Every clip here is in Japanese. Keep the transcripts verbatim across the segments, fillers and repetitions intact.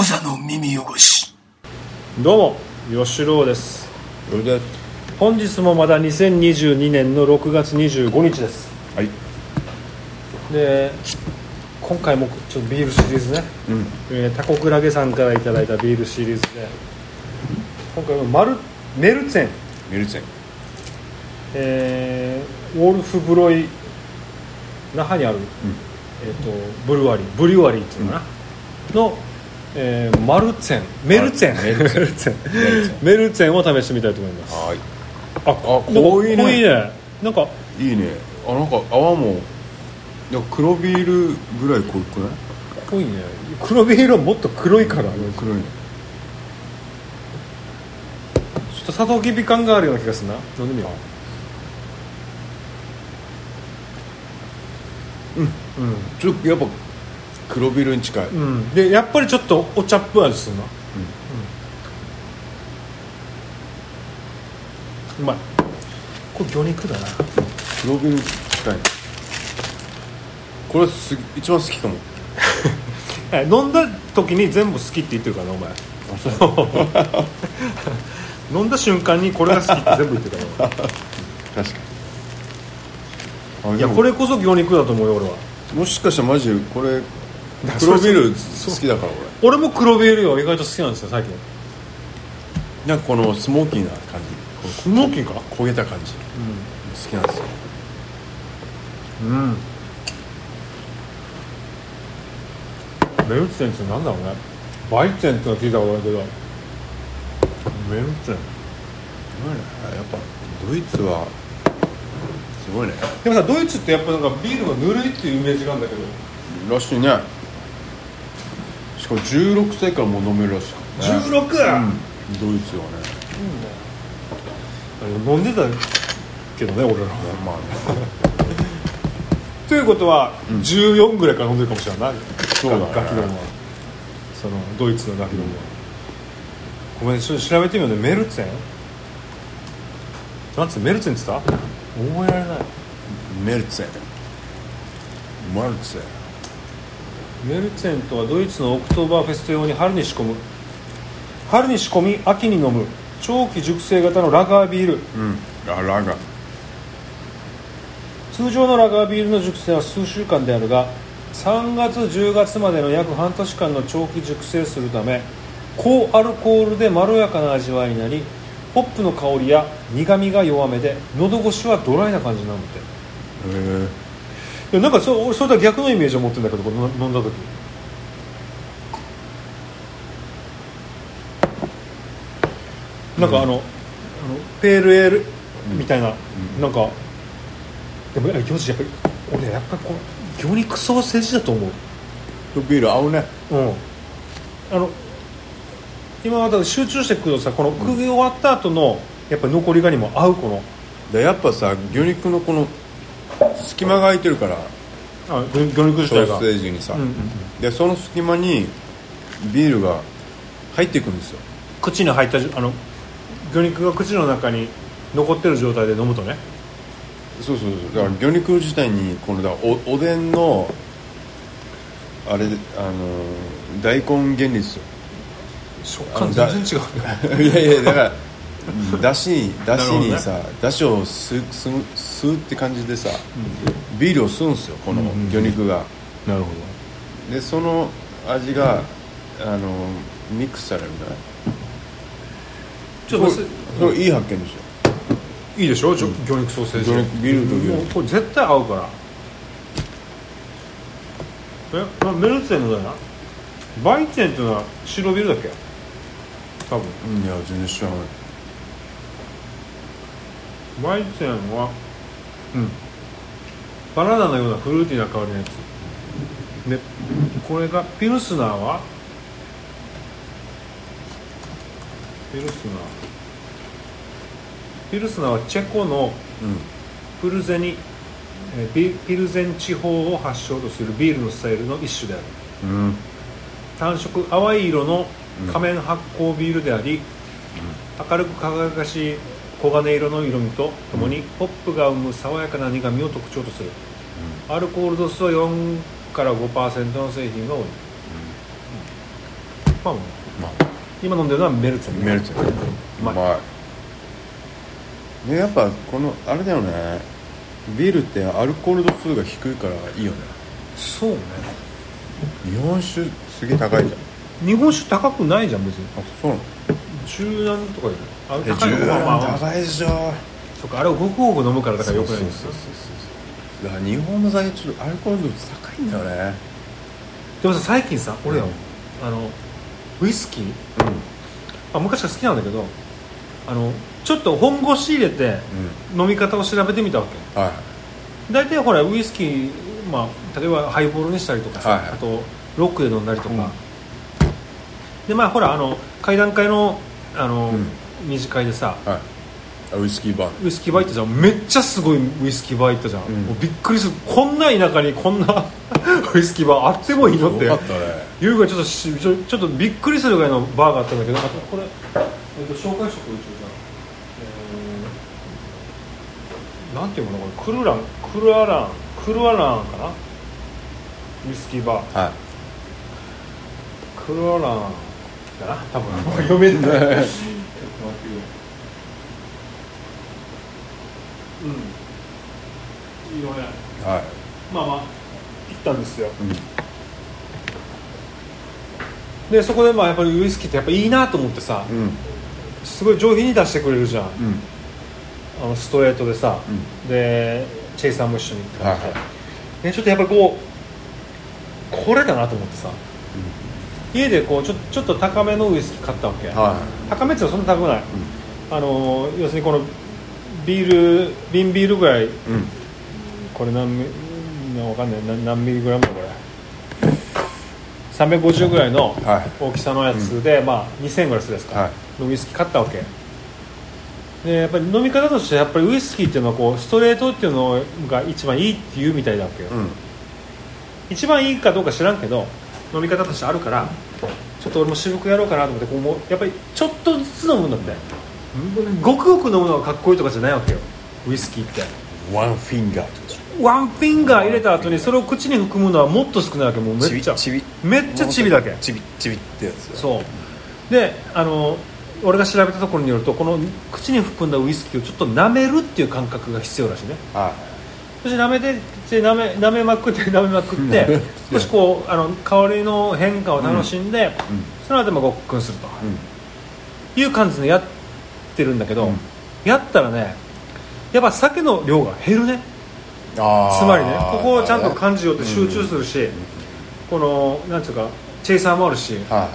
座の耳汚し。 どうも吉郎です。 よろです。 本日もまだにせんにじゅうにねんのろくがつにじゅうごにちです。 はい。 で今回もちょっとビールシリーズね、 うんえー、タコクラゲさんからいただいたビールシリーズで、今回はマルメルツェン、 メルツェン、 えー、ウォルフブロイ那覇にある、 うんえー、とブルワリーブリュワリーっていうのかな、うん、の、えー、マルツェンメルツェンメルツェンメルツェンを試してみたいと思います。 はい。 あ、 あ、濃いね。 濃いね。なんかいいね。あ、なんか泡もいや黒ビールぐらい濃くない？ 濃いね。黒ビールはもっと黒いから、ね、 黒いね。 ちょっとサトウキビ感があるような気がするな。飲んでみよう。うん、うん、 ちょっとやっぱ黒ビールに近い、 うん、でやっぱりちょっとお茶っぽい味するな、うんうん、うまい。これ魚肉だな。 黒ビールに近いね。これす一番好きかも。 飲んだ時に全部好きって言ってるからなお前。 あ、そう飲んだ瞬間にこれが好きって全部言ってるから確かに。 いやこれこそ魚肉だと思うよ俺は。 もしかしたらマジでこれ黒ビール好きだから俺。俺も黒ビールよ意外と好きなんですよ最近。 なんかこのスモーキーな感じ、 スモーキーか焦げた感じ、うん、好きなんですよ。 うん。メルツェンってなんだろうね。バイツェンってのは聞いたことないけどメルツェン、 やっぱドイツはすごいね。 でもさドイツってやっぱなんかビールがぬるいっていうイメージがあるんだけど。 らしいね。しかもじゅうろくさいからもう飲めるらしい、ね、 じゅうろく、うん、 ドイツはね、 うん、飲んでたけどね俺らは、 まあねということは、うん、じゅうよんぐらいから飲んでるかもしれない。 そうだね。 ガキどもはそのドイツのガキどもは、うん、ごめんちょっと調べてみようね。メルツェンなんつうメルツェンって言った？覚えられない。 メルツェンマルツェンメルツェンとはドイツのオクトーバーフェスト用に春に仕込む春に仕込み秋に飲む長期熟成型のラガービール、 うん、あラガー。 通常のラガービールの熟成は数週間であるがさんがつじゅうがつまでの約半年間の長期熟成するため高アルコールでまろやかな味わいになりホップの香りや苦みが弱めで喉越しはドライな感じなんだって。 へえ。なんかそ俺それとは逆のイメージを持ってるんだけどこれ飲んだ時なんかあの、うん、あのペールエールみたいな、うん、なんかでも魚子やっぱり俺やっぱりこう魚肉ソーセージだと思う。 ビール合うね。 うんあの今また集中してくるとさこのくぎ終わった後のやっぱり残りがにも合うこのでやっぱさ魚肉のこの隙間が空いてるからあ魚肉自体がソーセージにさ、 うんうんうん、 でその隙間にビールが入っていくんですよ。 口に入ったあの魚肉が口の中に残ってる状態で飲むとね。 そうそうそうだから魚肉自体にこのだ お, おでんのあれあの大根原理ですよ。 食感全然違ういやいやだからだしだしにさ、ね、だしを吸う吸うって感じでさ、うん、ビールを吸うんですよこの魚肉が、 うんうんうん、なるほど。でその味が、うん、あのミックスされるんじゃない？ちょっとそれいい発見ですよ。 いいでしょ、うん、魚肉ソーセージビールと魚肉これ絶対合うから。えメルツェンのだよな。バイツェンっていうのは白ビールだっけ多分。 うん、いや全然知らない。 バイツェンはうんバナナのようなフルーティーな香りのやつで、これがピルスナーはピルスナーピルスナーはチェコのプルゼニ、うん、ピルゼン地方を発祥とするビールのスタイルの一種である、うん、単色淡い色の仮面発酵ビールであり、うん、明るく輝かしい黄金色の色味とともに、うん、ホップが生む爽やかな苦みを特徴とする、うん、アルコール度数はよんからごパーセントの製品が多い、うんうん、 パーも、 まあ、 今飲んでるのはメルツェン。 メルツェンうまい。 うまいでやっぱこのあれだよね、ビールってアルコール度数が低いからいいよね。 そうね。 日本酒すげえ高いじゃん。 日本酒高くないじゃん別に。 あ、そうなの。 十何とかじゃない。あれえ、 高いの十まあまあまあ高いでしょ。 そっか、あれをごくごく飲むからだからよくないんですよ。 そうそうそうそう。だから日本の酒ちょっとアルコール度数高いんだよね。 でもさ最近さ俺らも、あのウイスキー、あ昔から好きなんだけど、あのちょっと本腰入れて飲み方を調べてみたわけ。 はい。 大体ほらウイスキー、まあ、例えばハイボールにしたりとかさ、 はいはい、 あとロックで飲んだりとか、うん、でまあほらあの会談会のあの、うん、二次会でさ、 はい、ウイスキーバーウイスキーバー行ったじゃん。めっちゃすごいウイスキーバー行ったじゃん、うん、もうびっくりする。こんな田舎にこんなウイスキーバーあってもいいのっていうぐらいちょっとしちょちょっとびっくりするぐらいのバーがあったんだけど、あとこれ、えっと、紹介しとく一応じゃあ、なんていうのかな、これクルランクルアランクルアランかな、ウイスキーバー、 はい、 クルアランかな多分読めんないうん、いいよね。 はい、 まあまあ行ったんですよ、 うん、 でそこでまあやっぱりウイスキーってやっぱいいなと思ってさ、うん、すごい上品に出してくれるじゃん、うん、あのストレートでさ、うん、でチェイサーも一緒に行って、はいはい、でちょっとやっぱりこうこれだなと思ってさ、うん、家でこうちょ、ちょっと高めのウイスキー買ったわけ、はい、高めっていうのはそんな高くない、うん、あの要するにこのビール瓶ビールぐらい、うん、これ何ミわかんない 何, 何ミリグラムだこれさんびゃくごじゅうぐらいの大きさのやつで、はい、まあにせんえんぐらいするですか、はい、のウイスキー買ったわけで、やっぱり飲み方としてやっぱりウイスキーっていうのはこうストレートっていうのが一番いいっていうみたいだわけよ、うん、一番いいかどうか知らんけど飲み方としてあるからちょっと俺も渋くやろうかなと思ってこうもうやっぱりちょっとずつ飲むんだって、うん、ごくごく飲むのがかっこいいとかじゃないわけよウイスキーって。 ワンフィンガーワンフィンガー入れた後にそれを口に含むのはもっと少ないわけ。もうめっちゃちびめっちゃチビだけチビチビってやつよ。 そうで、あの俺が調べたところによるとこの口に含んだウイスキーをちょっと舐めるっていう感覚が必要らしいね、はい、そして舐めて舐め、舐めまくって舐めまくって少しこうあの香りの変化を楽しんで、うん、その後もごっくんすると、うん、いう感じでやってるんだけど、うん、やったらねやっぱ酒の量が減るね。あつまりねここをちゃんと感じようって集中するし、うん、このなんていうかチェイサーもあるし、はい、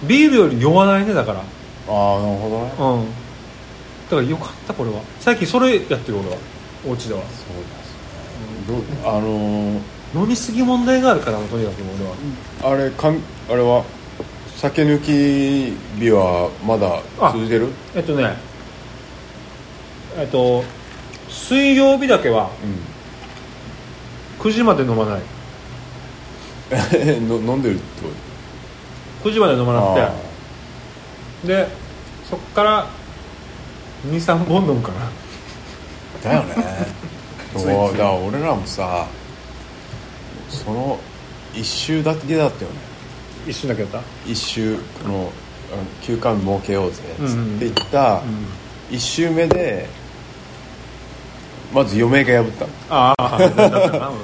ビールより酔わないね。だからああなるほどね、 うん、だからよかったこれは。最近それやってる俺はお家では。 そうですね、うん、あのー、 飲みすぎ問題があるからとにかく俺はあれかんあれは酒抜き日はまだ続いてる？ えっとねえっと水曜日だけはくじまで飲まない、 うん、の飲んでるってことくじまで飲まなくてでそっから にさんぼん飲むかな。 だよねそうだから俺らもさその一周だけだったよね。 一周だけだった一周この休館日設けようぜっつって言った、うんうん、一周目でまず嫁が破ったの。ああだったな、うん、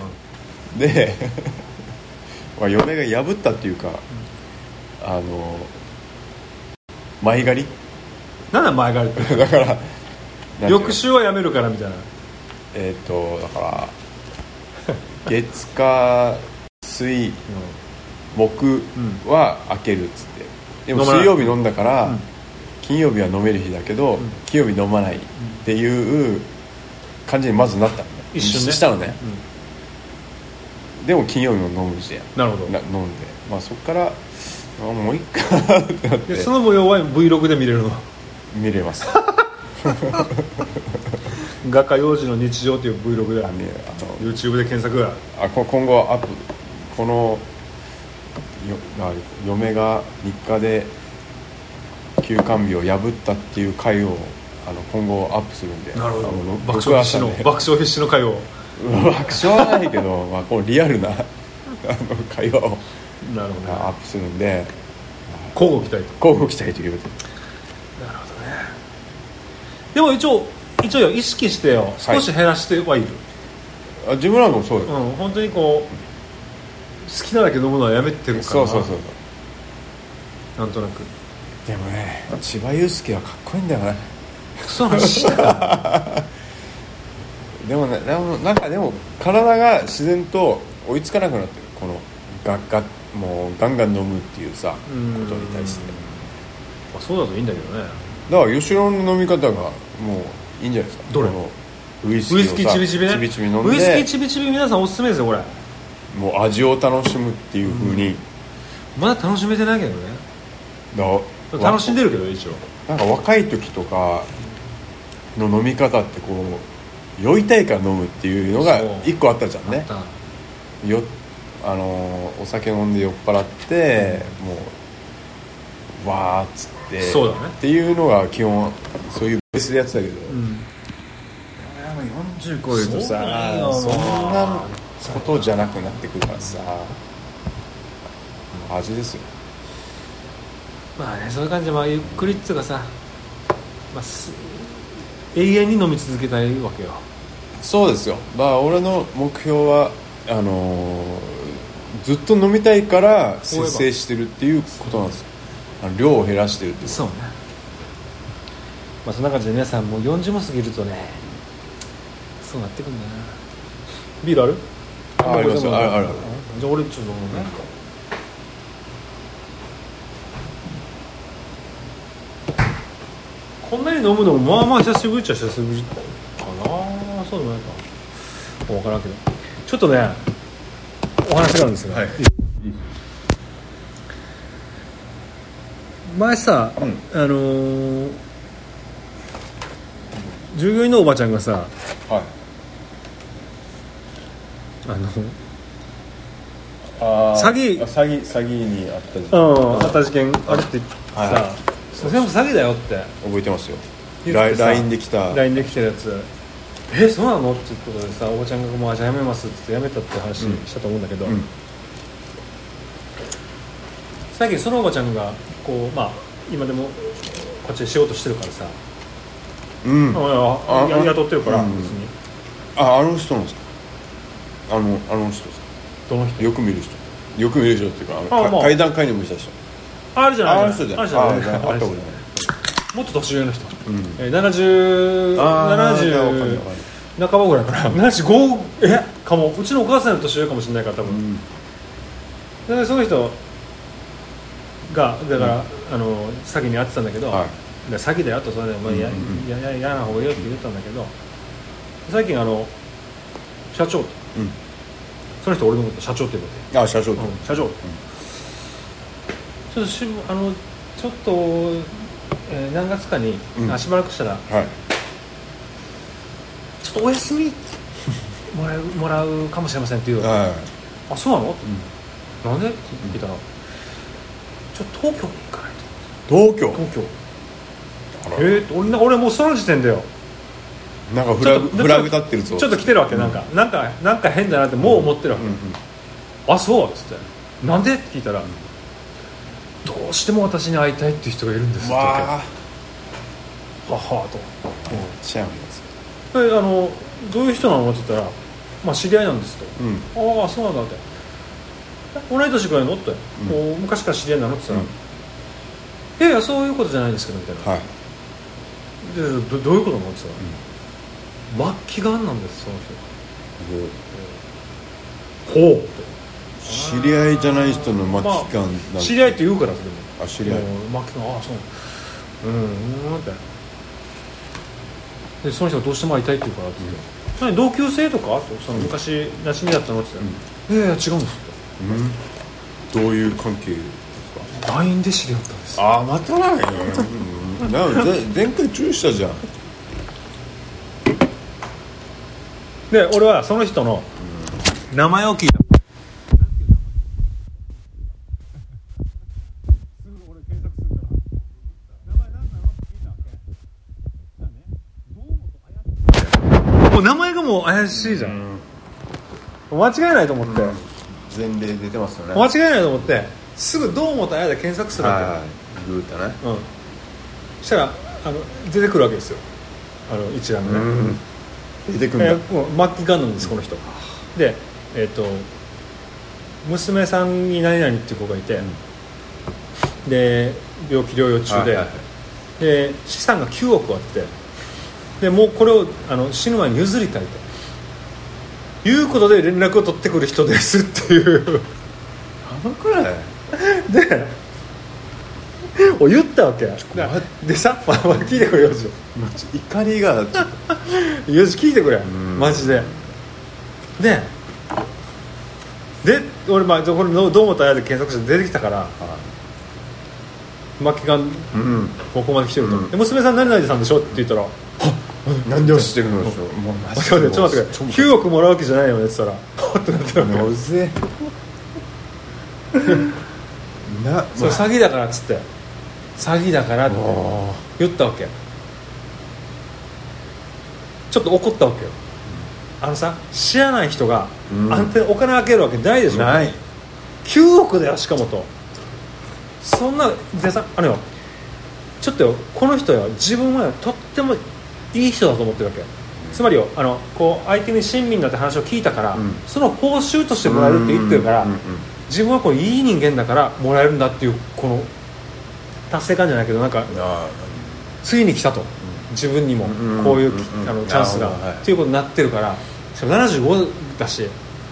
でまあ嫁が破ったっていうか、うん、あの前借りなんだ前借りってだから翌週はやめるからみたいな。 えっ、ー、とだから月火水、うん、木は開けるっつって、でも水曜日飲んだから、うん、金曜日は飲める日だけど、うん、金曜日飲まないっていう感じにまずなったのね。 一瞬ねしたのね、うん、でも金曜日も飲むしなるほどな飲んで、まあ、そっからもういっかってなって。 でその模様は Vlog で見れるの？ 見れます画家幼児の日常という Vlog であ、ね、あの YouTube で検索あ今後アップこのよ嫁がみっかで休館日を破ったっていう回をあの今後アップするんで。 なるほど爆笑必至の爆笑必至の回を爆笑はないけど、まあ、このリアルなあの会話をなるほど、ね、 アップするんで交互期待交互期待ということで。なるほどね。でも一応一応よ意識してよ少し減らしてはいる、 はい、あ自分なんかもそうよ、 うん、本当にこう好きなだけ飲むのはやめてるから。 そうそうそうそうなんとなく。 でもね千葉雄介はかっこいいんだよね。 そうなんしでもねでもなんかでも体が自然と追いつかなくなってるこのガッガッもうガンガン飲むっていうさことに対して。 あそうだといいんだけどね。 だから吉野の飲み方がもういいんじゃないですか。 どれ？ ウイスキーをさウイスキーちびちびねちびちび飲んでウイスキーちびちび皆さんおすすめですよこれ。 もう味を楽しむっていう風に、 うん、まだ楽しめてないけどね。だ楽しんでるけど一応なんか若い時とかの飲み方ってこう酔いたいから飲むっていうのが一個あったじゃんね。よあのお酒飲んで酔っ払って、うん、もうわーっつってそうだねっていうのが基本そういうベースでやってたけど、うん、よんじゅう超えるとさ そ, そんなことじゃなくなってくるからさ味ですよ。 まあねそういう感じで、まあ、ゆっくりっていうかさ、まあ、永遠に飲み続けたいわけよ。 そうですよ。だから俺の目標はあのー、ずっと飲みたいから節制してるっていうことなんですよ。あの量を減らしてるっていう。 そうね。まあそんな感じで皆さんもうよんじゅうも過ぎるとねそうなってくるんだな。ビールある？ あありますよ。あるある。 じゃあ俺ちょっと飲むね。こんなに飲むのもまあまあ久しぶりっちゃ久しぶりかな。そうでもないか分からんけどちょっとねお話があるんですよ、はい、前さ、うん、あのー、従業員のおばちゃんがさ、はい、あのあ詐欺詐欺詐欺にあった事件、うん、あった事件あるってさ、はいはい、全部詐欺だよって覚えてますよ。 ライン で来たライン で来てるやつえそうなのっていうことでさおばちゃんがもうじゃあやめますって言ってやめたって話したと思うんだけど、うん、最近そのおばちゃんがこうまあ今でもこっちで仕事してるからさ、うん、あや雇ってるから、うん、別にああの人なんですか。あのあの人ですか。 どの人？ よく見る人よく見る人っていうかあのあ、まあ、階段階にもした人あるじゃない。 ある人じゃない。あるじゃない。あったことない。 もっと年上の人、うん、えー、ななじゅう、ななじゅう半ばぐらいかな、ななじゅうごえかもうちのお母さんの年上かもしれないから多分、うん、でその人がだから、うん、あの詐欺に遭ってたんだけど、はい、で詐欺だよとそれでお前や、うん、や, や, やらな方がいいよって言ったんだけど、うん、最近あの社長と、うん、その人俺のこと社長って言うわけ。 あ社長と、 うん、社長、うん、ちょっとしあのちょっとえー、何月かに、うん、しばらくしたら、はい、ちょっとお休みもらう、もらうかもしれませんっていう、はい、あそうなの、うん、なんでって聞いたら、うん、ちょっと東京に行かないと。東京東京えー、俺, 俺もうその時点でよなんかフラグフラグ立ってるぞちょっと来てるわけ、うん、なんかなんかなんか変だなってもう思ってるわけ、うんうんうん、あそうっつってなんでって聞いたら、うんどうしても私に会いたいっていう人がいるんですってわははとシェアを言いますであのどういう人なのって言ったら、まあ、知り合いなんですと、うん、ああそうなんだって同い年くらいのって、うん、昔から知り合いなのって言ったら、うん、いやいやそういうことじゃないんですけどみたいな、はい、で ど, どういうことなのって言ったら、うん、末期がんなんですその人、うん、ほうって知り合いじゃない人の末期がんなんて、 まあ、知り合いって言うからそれもあ知り合い末期がんああそううんうんってでその人がどうしても会いたいって言うからって言って、うん、同級生とかその昔馴染みだったのって言ったら、うん、いやいや違うんですって、 うん、どういう関係ですか ライン で知り合ったんですああまたないよ、うん、なん前回注意したじゃんで俺はその人の名前を聞いた名前がもう怪しいじゃん、うん、間違いないと思って、うん、 前例出てますよね間違いないと思ってすぐ堂本彩で検索するわけ、はいはい、 グーッとね、 うん、そしたらあの出てくるわけですよ、あの一覧がね、うん、 出てくるんだ、えー、もう末期がんなんです、この人で、えー、と娘さんに何々っていう子がいて、うん、で病気療養中で、はいはいはい、で資産がきゅうおくあって、でもうこれをあの死ぬ前に譲りたいということで連絡を取ってくる人ですっていうやばくないでお言ったわけでさ、まあ、聞いてくれよじ怒りがよし聞いてくれマジででで俺、まあ、これどう思ったらで検索して出てきたから、はい、末期がん、うん、ここまで来てると、うん、で娘さん何々さんでしょって言ったらなんで知ってるのでしょう、 もうマジでちょっと待ってくれ、きゅうおくもらうわけじゃないよねって言ったらってなってるわけうぜな、それ詐欺だからっつって詐欺だからって言ったわけ、ちょっと怒ったわけよ。あのさ、知らない人があんたにお金あげるわけないでしょ、 ない、 きゅうおくだよ、しかもと、そんなでさ、あのよちょっとよ、この人よ自分はとってもいい人だと思ってるわけ、うん、つまりよ、あのこう相手に親身だって話を聞いたから、うん、その報酬としてもらえるって言ってるから、うんうんうん、自分はこういい人間だからもらえるんだっていうこの達成感じゃないけど、なんかついに来たと、自分にもこういう、うんうん、あのチャンスが、はい、っていうことになってるから、しかもななじゅうごだし、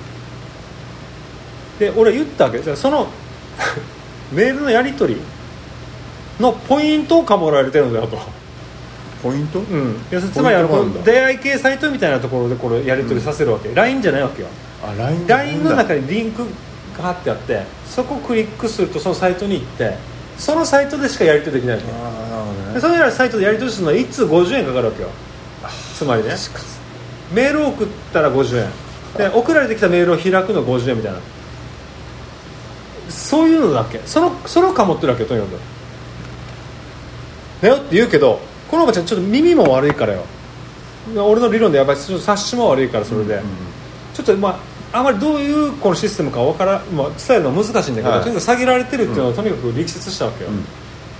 で俺言ったわけ、そのメールのやり取りのポイントをかもられてるんだよと。 ポイント？ うん、つまりあのこの出会い系サイトみたいなところでこれやり取りさせるわけ、うん、ライン じゃないわけよ。 あ、ラインライン の中にリンクが貼ってあって、そこをクリックするとそのサイトに行って、そのサイトでしかやり取りできないわけ。あ、なるほどね。そのサイトでやり取りするのはいっつごじゅうえんかかるわけよ。つまりね、メールを送ったらごじゅうえんで、送られてきたメールを開くのごじゅうえんみたいな、そういうのだっけ、そのそれをかもってるわけよ、とにかくだよって言うけど、このおばちゃんちょっと耳も悪いからよ、俺の理論でやっぱりちょっと察しも悪いから、それで、うんうん、ちょっとまああまりどういうこのシステムか分から、まあ、伝えるのは難しいんだけど、はい、とにかく下げられてるっていうのはとにかく力説したわけよ、うん、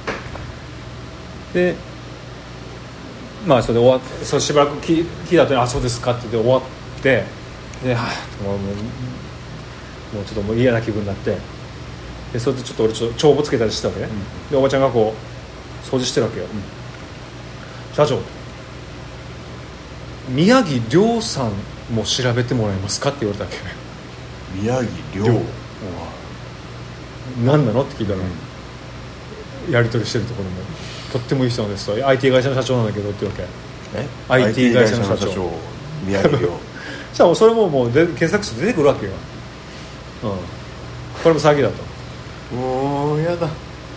でまあそれで終わって、それしばらく聞いた後に、あ、そうですかって言って終わって、で、はぁ、もう、もうちょっともう嫌な気分になって、でそれでちょっと俺ちょっと帳簿つけたりしてたわけね、うん、でおばちゃんがこう掃除してるわけよ、うん、社長、宮城亮さんも調べてもらえますかって言われたわけね。 宮城亮、 何なのって聞いたら、うん、やり取りしてるところもとってもいい人なんですと、 アイティー 会社の社長なんだけどって言うわけ。 えアイティー 会社の社長、社長宮城亮じゃあそれももうで検索して出てくるわけよ、うん、これも詐欺だと。 もうやだ。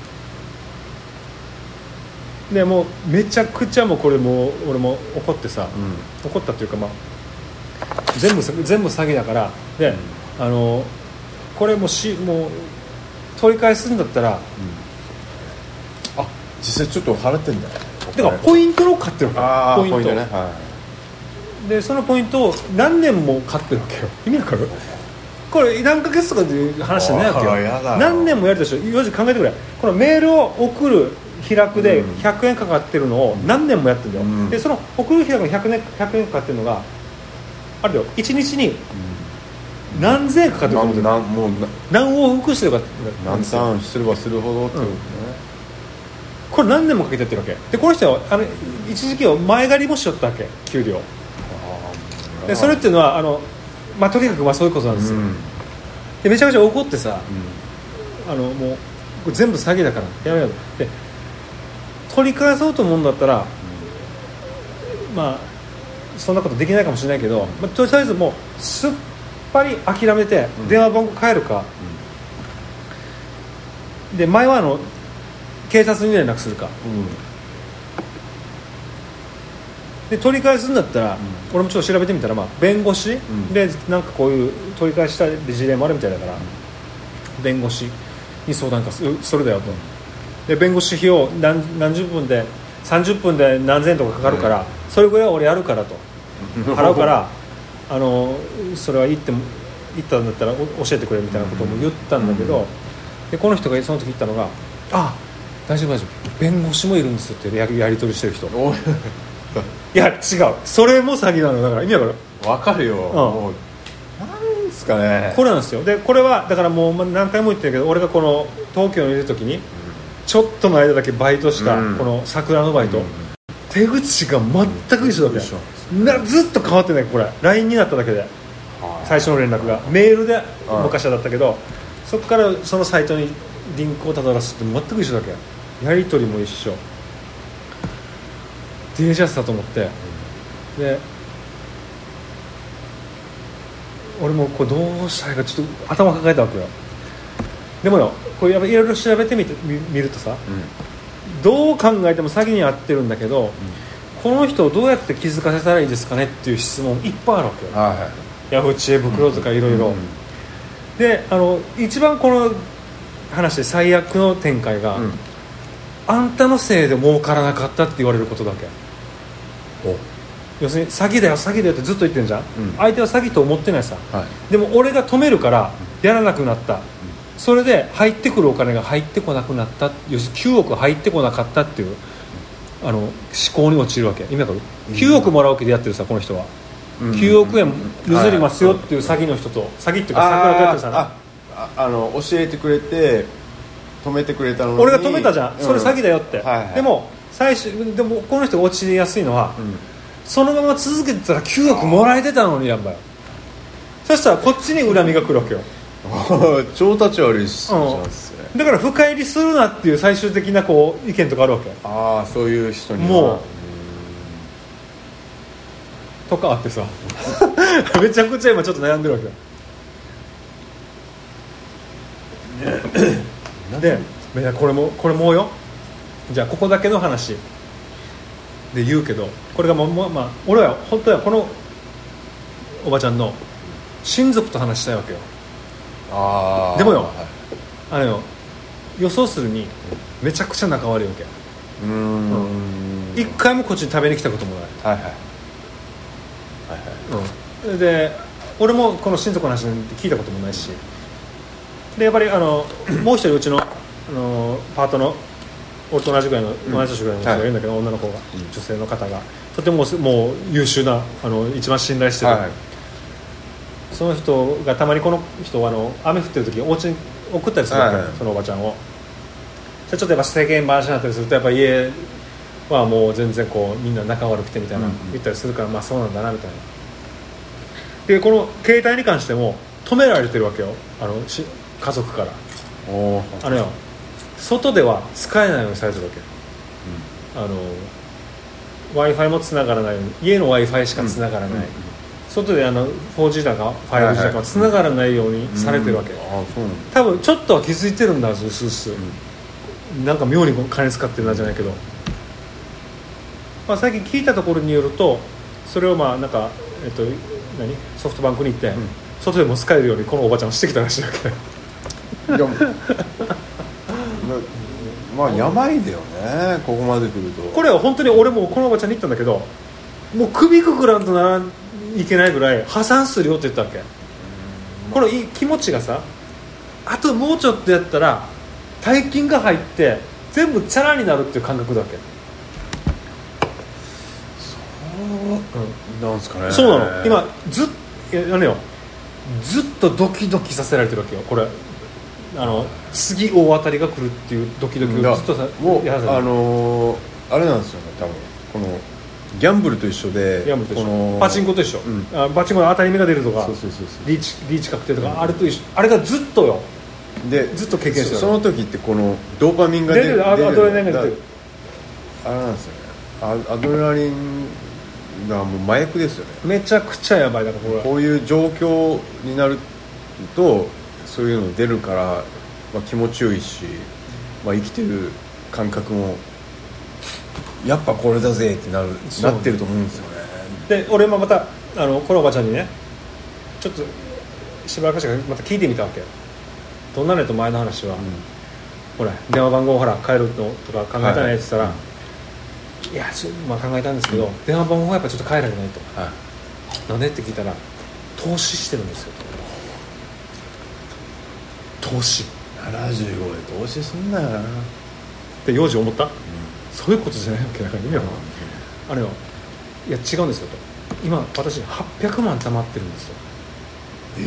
でもうめちゃくちゃもうこれもう俺も怒ってさ、うん、怒ったっていうか、まあ全部全部詐欺だから、で、うん、あのこれもしもう取り返すんだったら、うん、 あ、実際ちょっと払ってんだよ。 だからポイントを買ってるわけ。ポイント、 ポイントね、はい、 でそのポイントを何年も買ってるわけよ。意味わかる？これ何ヶ月とかでいう話じゃないわけよ。何年もやるでしょ。よし考えてくれ。このメールを送る開くでひゃくえんかかってるのを何年もやってるんだよ、うん、でその送る開くのひゃくえんかかってるのがあるよ、いちにちに何千円かかってると思ってる、何もう何往復してるか何ターンすればするほどってことね、うん、 これ何年もかけてやってるわけで、この人はあの一時期は前借りもしよったわけ、給料で、それっていうのはあの、まあ、とにかくまあそういうことなんですよ、うん、でめちゃくちゃ怒ってさ、うん、あのもう全部詐欺だからやめようで取り返そうと思うんだったら、うん、まあそんなことできないかもしれないけど、まあ、とりあえずもうすっぱり諦めて電話番号変えるか、うん、で前はあの警察に連絡するか、うん、で取り返すんだったら、うん、俺もちょっと調べてみたら、まあ、弁護士、うん、でなんかこういう取り返した事例もあるみたいだから、うん、弁護士に相談かするそれだよと、で弁護士費用 何, 何十分でさんじゅっぷんで何千円とかかかるから、うん、それぐらい俺やるからと払うからあのそれは言っても言ったんだったら教えてくれみたいなことも言ったんだけど、 でこの人がその時言ったのが、あ、大丈夫大丈夫、弁護士もいるんですってやり、やり取りしてる人いや違う、それも詐欺なの。だから意味わかる？ わかるよ、うん、もうなんですかね、 これなんですよ。でこれはだからもう何回も言ってるけど、俺がこの東京にいる時に、うん、ちょっとの間だけバイトしたこの桜のバイト、うん、手口が全く一緒だった、うん、なずっと変わってない。これ ライン になっただけで、最初の連絡がメールで昔はだったけど、そこからそのサイトにリンクをたどらすって全く一緒だけ、やり取りも一緒、デージャスだと思って、で俺もこれどうしたらいいかちょっと頭抱えたわけよ。でもよ、これやっぱいろいろ調べてみてみ見るとさ、うん、どう考えても詐欺に遭ってるんだけど、うん、この人をどうやって気づかせたらいいですかねっていう質問いっぱいあるわけよ、はいはい、ヤフー知恵袋とかいろいろで、あの一番この話で最悪の展開が、うん、あんたのせいで儲からなかったって言われることだけ。お要するに詐欺だよ詐欺だよってずっと言ってるじゃん、うん、相手は詐欺と思ってないさ、はい、でも俺が止めるからやらなくなった、うん、それで入ってくるお金が入ってこなくなった、要するにきゅうおく入ってこなかったっていう、うん、あの思考に陥るわけ。意味わかる？うん、きゅうおくもらうわけでやってるさ、この人は、うん、きゅうおくえん譲りますよっていう詐欺の人と、詐欺っていうか桜とやってるさ、 あああの教えてくれて止めてくれたのに俺が止めたじゃん、それ詐欺だよって、うんはいはい、でも最初でもこの人が落ちやすいのは、うん、そのまま続けてたらきゅうおくもらえてたのにやんばよ。そしたらこっちに恨みが来るわけよ超立ち悪いし、うん、 だから深入りするなっていう最終的なこう意見とかあるわけ。 ああ、そういう人にはもうとかあってさめちゃくちゃ今ちょっと悩んでるわけよでこれもこれもうよ、じゃあここだけの話で言うけど、これがもう、まあまあ、俺は本当はこのおばちゃんの親族と話したいわけよ。あでもよ、はい、あのよ予想するにめちゃくちゃ仲悪いわけ。うーん、うん、一回もこっちに食べに来たこともない。はいはいはいはい、うん、で俺もこの親族の話なんて聞いたこともないし、でやっぱりあのもう一人うちの、あのパートの俺と同じぐらいの、うん、同じ年ぐらいの人がいるんだけど、はい、女の子が、うん、女性の方がとてももう優秀な、あの一番信頼してる、はい、その人がたまにこの人はあの雨降ってる時お家に送ったりするわけ、はい、そのおばちゃんを。じゃちょっとやっぱ世間話になったりするとやっぱ家はもう全然こうみんな仲悪くてみたいな、うん、言ったりするから、まあそうなんだなみたいな。でこの携帯に関しても止められてるわけよ、あのし家族から。おあのよ外では使えないようにされてるわけ、うん、あの Wi-Fi もつながらないように、家の Wi-Fi しかつながらない、うんうんうん、外であの フォージー だか ファイブジー だかつながらないようにされてるわけ、うんうん、あそうなんだ。多分ちょっとは気づいてるんだ、うすうす、うん、なんか妙に金使ってるなじゃないけど、まあ、最近聞いたところによるとそれをまあなんか、えっと、何ソフトバンクに行って、うん、外でも使えるようにこのおばちゃんをしてきたらしいわけいやまあやばいだよね、ここまで来ると。 これは本当に俺もこのおばちゃんに言ったんだけど、もう首くくらんとならいけないぐらい破産するよって言ったわけ。この気持ちがさ、あともうちょっとやったら大金が入って全部チャラになるっていう感覚だわけ。 そうなんすかね。 そうなの。今ずっとあれよ、ずっとドキドキさせられてるわけよ。これあの次大当たりが来るっていうドキドキをずっとさもうあのー、あれなんですよね、多分このギャンブルと一緒で、 ギャンブルと一緒、パチンコと一緒、うん、あパチンコの当たり目が出るとか、 そうそうそうそう、 リーチリーチ確定とか、うん、あれと一緒、あれがずっとよでずっと経験してる。 そ, その時ってこのドーパミンが出る、アドレナリンが出る、 あれなんですよね、アドレナリンがもう麻薬ですよね。 めちゃくちゃやばい。だからこれこういう状況になるとそういうの出るから、まあ、気持ちよいし、まあ、生きてる感覚もやっぱこれだぜってなるなってると思うんですよね。 で俺もまたあのこのおばちゃんにねちょっとしばらくしてまた聞いてみたわけ。どんなのと前の話は、うん、ほら電話番号ほら変えるのとか考えたねって言ったら、はい、いやちょ、まあ、考えたんですけど、うん、電話番号はやっぱちょっと変えられないと、はい、なんでって聞いたら投資してるんですよ。投資ななじゅうごで投資すんなよなって幼児思った、うん、そういうことじゃないわけだから今、うん、あれよいや違うんですよと今私はっぴゃくまん貯まってるんですよえ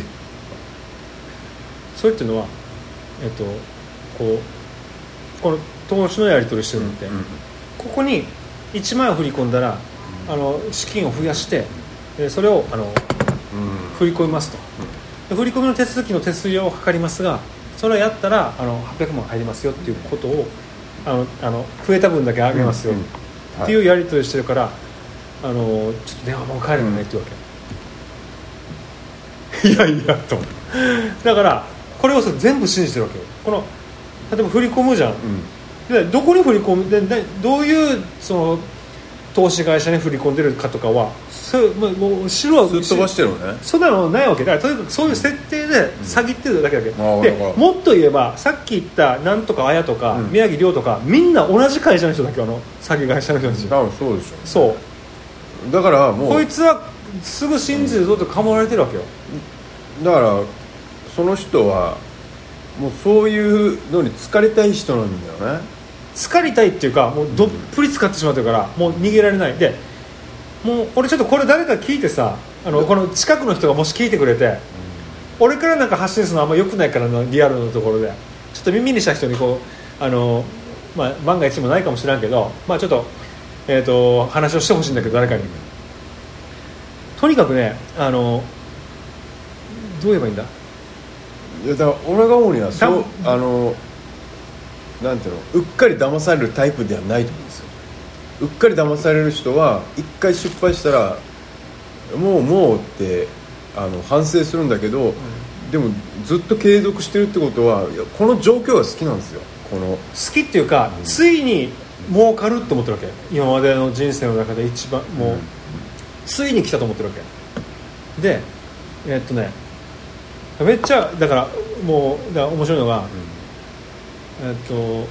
それっていうのはえっとこうこの投資のやり取りしてるので、うんうん、ここにいちまん円振り込んだら、うん、あの資金を増やしてそれをあの、うん、振り込みますと、うん、振り込みの手続きの手数料をかかりますがそれをやったらあのはっぴゃくまん入りますよっていうことをあのあの増えた分だけ上げますよ、うんうんはい、っていうやり取りしてるからあのちょっと電話番号変えるのねっていうわけ、うん、いやいやとだからこれを全部信じてるわけよこの例えば振り込むじゃん、うん、でどこに振り込むででどういうその投資会社に振り込んでるかとかはそれもう知るわすっ飛ばしてるのねそんなのないわけだからとにかくそういう設定で詐欺ってるだけだけ、うん、でもっと言えばさっき言ったなんとかあやとか、うん、宮城亮とかみんな同じ会社の人だけあの詐欺会社の人たち多分そうでしょ、ね、 そうだからもうこいつはすぐ信じるぞとかもられてるわけよ、 だからその人はもうそういうのに疲れたい人なんだよね疲れたいっていうかもうどっぷり使ってしまってるからもう逃げられないでもう俺ちょっとこれ誰か聞いてさあのこの近くの人がもし聞いてくれて、うん、俺からなんか発信するのあんま良くないからのリアルのところでちょっと耳にした人にこうあの、まあ、万が一もないかもしれんけど、まあ、ちょっとえー、と話をしてほしいんだけど誰かにとにかくねあのどう言えばいいんだいやだから俺が思うにはそうあのなんていうのうっかり騙されるタイプではないと思うんですようっかり騙される人は一回失敗したらもうもうってあの反省するんだけど、うん、でもずっと継続してるってことはいやこの状況が好きなんですよこの好きっていうか、うん、ついに儲かるって思ってるわけ今までの人生の中で一番もう、うん、ついに来たと思ってるわけでえー、っとねめっちゃだからもうだから面白いのが、うん、えー、っと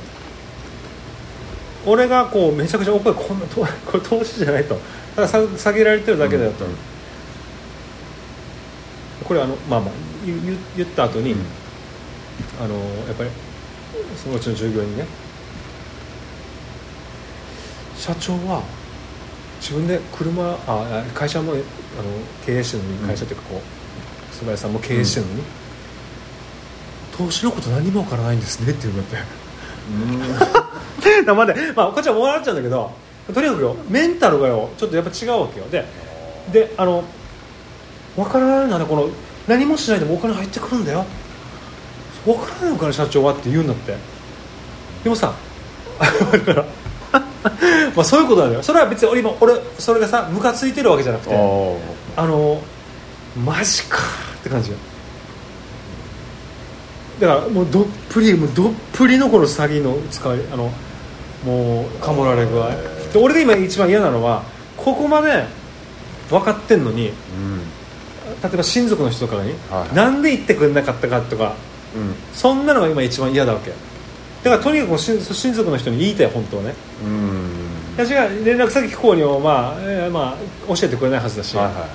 俺がこうめちゃくちゃおっぱいこんなこれ投資じゃないとただ下げられてるだけだよと、うんうん、これあのまあまあ 言, 言った後に、うん、あのやっぱりそのうちの従業員にね社長は自分で車あ会社もあの経営してるのに会社というかこう蕎麦屋さんも経営してるのに、うん、投資のこと何も分からないんですねって言うんだってうんまで、まあ、こっちはもらっちゃうんだけどとにかくよメンタルがよちょっとやっぱ違うわけよでであの分からないのはねこの何もしないでもお金入ってくるんだよ分からないのかな社長はって言うんだってでもさまあそういうことなんだよそれは別に俺今俺それがさムカついてるわけじゃなくてあのマジかって感じよだからもうどっぷりもうどっぷりのこの詐欺の使いあのもうかもられ具合で俺が今一番嫌なのはここまで分かってんのに、うん、例えば親族の人とかに、はい、なんで言ってくれなかったかとか、うん、そんなのが今一番嫌だわけだからとにかく親族の人に言いたい本当はねうん私が連絡先聞こうにも、まあえーまあ、教えてくれないはずだし、はいはいはい、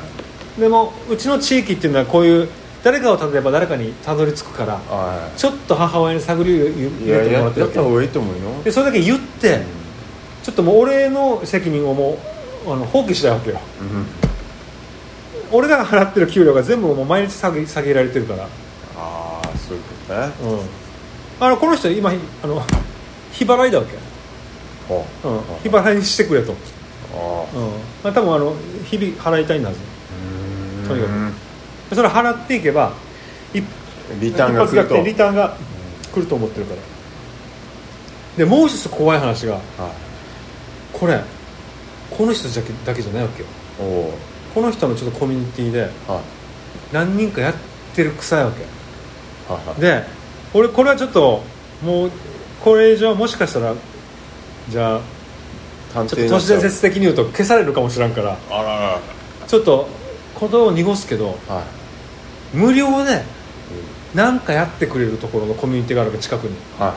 でもうちの地域っていうのはこういう誰かを例えば誰かにたどり着くから、はいはい、ちょっと母親に探りを入れてもらってやった方がいいと思うよでそれだけ言って、うん、ちょっともう俺の責任をもうあの放棄したいわけよ、うん、俺が払ってる給料が全部もう毎日下げ、下げられてるからああそういうことね、 うんあのこの人今あの日払いだわけ、はあうん、日払いにしてくれと、はあうんまあ、多分あの日々払いたいんだはずとにかくそれ払っていけばリターンが来るとリターンが来ると思ってるからでもう一つ怖い話が、はあ、これこの人だけ、だけじゃないわけよおこの人のちょっとコミュニティで、はあ、何人かやってる臭いわけ、はあ、で俺これはちょっともうこれ以上もしかしたらじゃあちょっと都市伝説的に言うと消されるかもしれんからあららちょっと言葉を濁すけど、はい、無料で何かやってくれるところのコミュニティがあるか近くに、はい、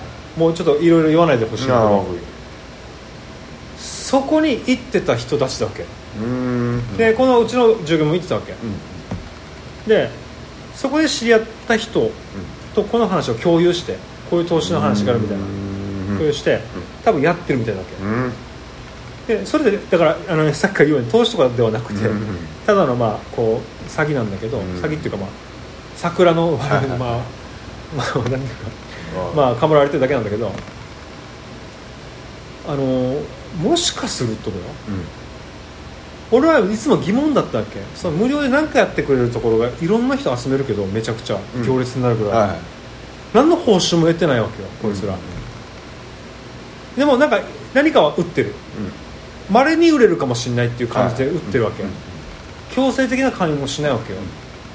もうちょっといろいろ言わないでほしいけどそこに行ってた人たちだわけうーんでこのうちの従業員も行ってたわけ、うん、でそこで知り合った人、うんとこの話を共有してこういう投資の話があるみたいな、こうして多分やってるみたいなわけ、でそれでだからあの、ね、さっきから言うように投資とかではなくて、ただのまあこう詐欺なんだけど、詐欺っていうかまあ桜のまあまあまあ何ていうかまあかもられてるだけなんだけど、あのもしかするとだよ、俺はいつも疑問だったわけ。その無料で何かやってくれるところがいろんな人集めるけどめちゃくちゃ行列になるぐらい、うんはい、何の報酬も得てないわけよこいつら、うん、でもなんか何かは売ってる、稀、うん、に売れるかもしれないっていう感じで売ってるわけ、はい、強制的な勧誘もしないわけよ、うん、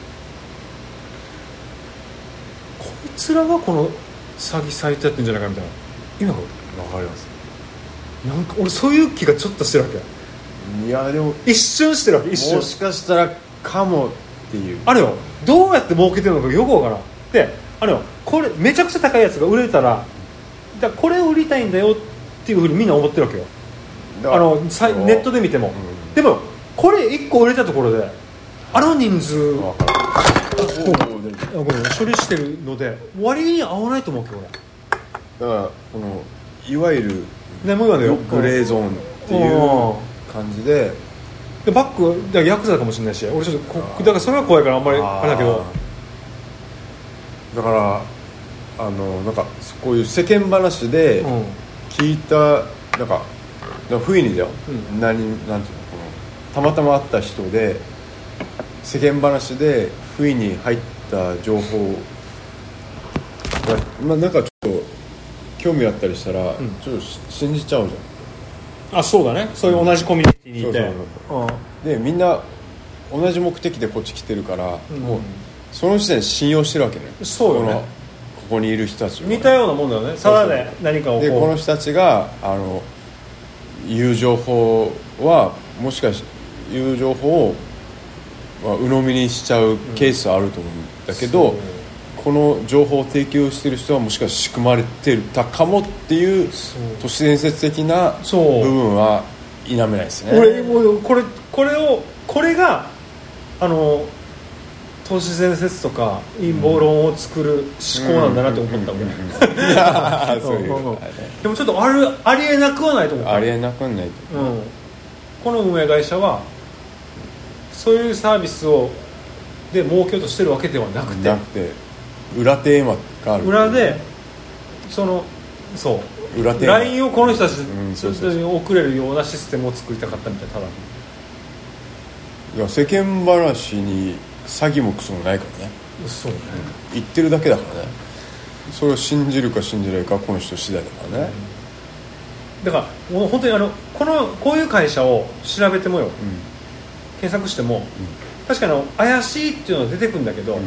こいつらがこの詐欺サイトやってるんじゃないかみたいな、今わかります。 なんか俺そういう気がちょっとしてるわけ。 いやでも一瞬してるわけ。一瞬もしかしたらかもっていうあれよ、どうやって儲けてるのかよくわからん。であれよ、これめちゃくちゃ高いやつが売れたら、だこれを売りたいんだよっていうふうにみんな思ってるわけよ、あのネットで見ても、うん、でもこれいっこ売れたところであの人数処理してるので割に合わないと思うけど、 だからこのいわゆるグレーゾーンっていう感じで、 でバックだヤクザかもしれないし、俺ちょっとだからそれは怖いからあんまりあれだけど、 だからあのなんかこういう世間話で聞いた、うん、なんか不意にだよ、うん、何なんていうの、このたまたま会った人で世間話で不意に入った情報が、まあ、なんかちょっと興味あったりしたら、うん、ちょっと信じちゃうじゃん。 あ、そうだね。そういう同じコミュニティにいて、そうそうそう、うん、 でみんな同じ目的でこっち来てるから、うん、もうその時点で信用してるわけね。 そうよね。 このここにいる人たちは、ね、 似たようなもんだよね。ただで何かをこうでこの人たちがあの言う情報はもしかして言う情報を、まあ、鵜呑みにしちゃうケースはあると思うんだけど、うん、この情報を提供している人はもしかして仕組まれてたかもっていう都市伝説的な部分は否めないですね。 俺もうこれこれをこれがあの都市伝説とか陰謀論を作る思考なんだなって思ったもん。でもちょっとあるありえなくはないと思った。 ありえなくはないと思う、 うん、この運営会社はそういうサービスをで儲けようとしてるわけではなくて、 なくて裏テーマがある。 裏でそのそう裏テーマ ライン をこの人たちに送れるようなシステムを作りたかったみたいな。ただいや世間話に詐欺もクソもないからね。 そうね、 うん、言ってるだけだからね。それを信じるか信じないかこの人次第だからね、 うん、だからもう本当にあのこのこういう会社を調べてもよ、うん、検索しても、うん、確かに怪しいっていうのは出てくるんだけど、うん、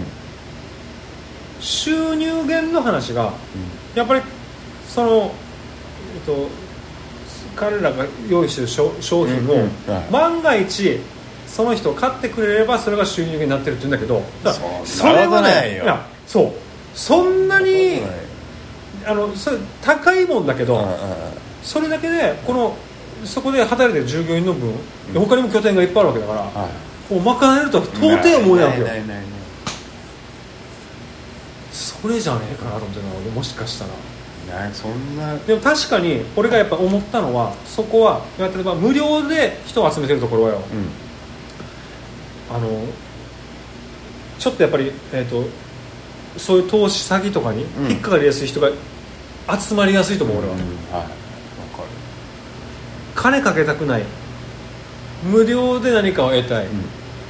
収入源の話が、うん、やっぱりその、えっと、彼らが用意してる商品を、うんうん、万が一その人を買ってくれればそれが収入源になってるって言うんだけど、だからそれはね、いやそうそんなにあのそれ高いもんだけど、それだけでこのそこで働いてる従業員の分、うん、他にも拠点がいっぱいあるわけだから、はい、もう賄えるとは到底思えないわけよ。それじゃねえかなと思ってな、もしかしたら。 そんなでも確かに俺がやっぱ思ったのは、そこは例えば無料で人を集めてるところはよ、うん、あのちょっとやっぱり、えーと、そういう投資詐欺とかに引っかかりやすい人が集まりやすいと思う、うん、俺は、うん、はい、分かる。金かけたくない、無料で何かを得たい、うん、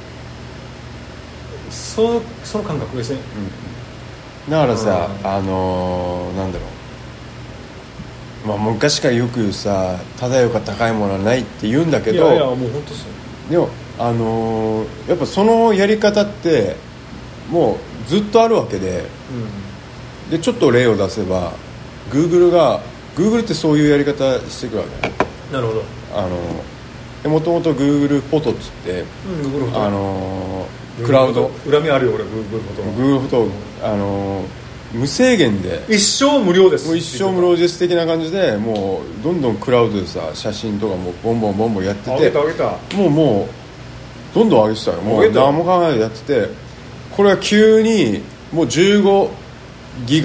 そ, その感覚ですね、 うん、だからさ、うん、あのー、なんだろう、まあ、昔からよく言うさ、ただよか高いものはないって言うんだけど、 いやいやもう本当そうでも、あのー、やっぱそのやり方ってもうずっとあるわけで、うん、でちょっと例を出せば Google が Google ってそういうやり方していくわけ。 なるほど。 あのー、もともと Google フォトっつって、 うん、Google フォト、 あのー、クラウド恨みあるよ俺 Google フォト Google フォト、あのー無制限で一生無料です、 もう一生無料です的な感じで、もうどんどんクラウドでさ写真とかもボンボンボンボンやってて、 あげたあげた、 もうもうどんどん上げてたよ。もう何も考えないでやってて、これは急にもうじゅうごギガ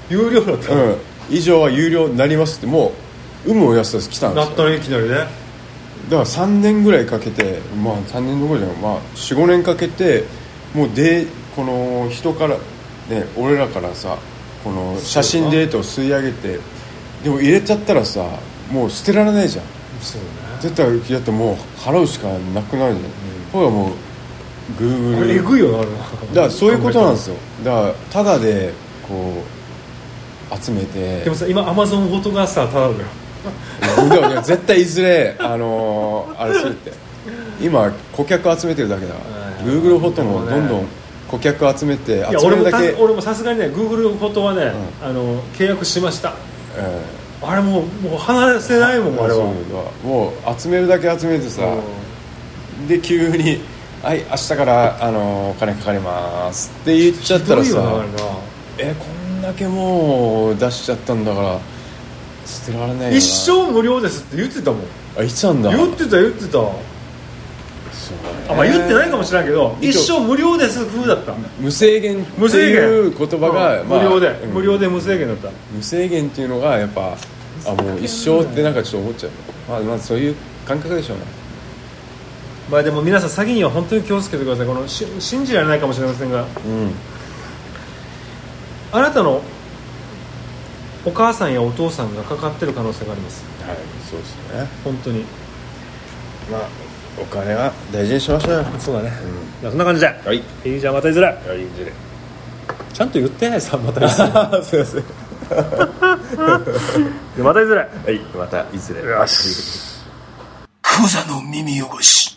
有料だった、 うん、以上は有料になりますってもう有無をやすと来たんですよ。 なったねいきなりね。だからさんねんぐらいかけて、まあさんねんどころじゃない、まあ よん,ご 年かけてもうでこの人からね、俺らからさこの写真データを吸い上げて、でも入れちゃったらさもう捨てられないじゃん。 そうね。 絶対やってもう払うしかなくなるじゃん、うん、ほらもうグーグルえぐいよな。だからそういうことなんですよ。だからタダでこう集めて。 でもさ今アマゾンフォトがさタダだよ。 でも絶対いずれあのー、あれするって今顧客集めてるだけだ。グーグルフォトもどんどん顧客集めて集めるだけ。 俺もさすがにねグーグルフォトはね、うん、あの契約しました、えーあれもう、もう離せないもん。あれはもう集めるだけ集めてさ、で急にはい明日からあのお金かかりますって言っちゃったらさ、えこんだけもう出しちゃったんだから捨てられないよな。 一生無料ですって言ってたもん。 あ言ってたんだ。 言ってた言ってた。あ、まあ、言ってないかもしれないけど一生無料です風だった。 無制限っていう言葉が、 まあ、無料で、うん、無料で無制限だった。 無制限っていうのがやっぱあもう一生ってなんかちょっと思っちゃう、まあ、まあそういう感覚でしょうね。 まあでも皆さん詐欺には本当に気をつけてください。このし信じられないかもしれませんが、うん、あなたのお母さんやお父さんがかかってる可能性があります。 はい、そうですね。 本当にまあお金は大事にしましょうよ。 そうだね、うん、そんな感じで、はい、えー、じゃあまたいずれ、はい、いずれちゃんと言ってないさまたいずれすいませんまたいずれ、 はい、またいずれ。 よし。クザの耳汚し。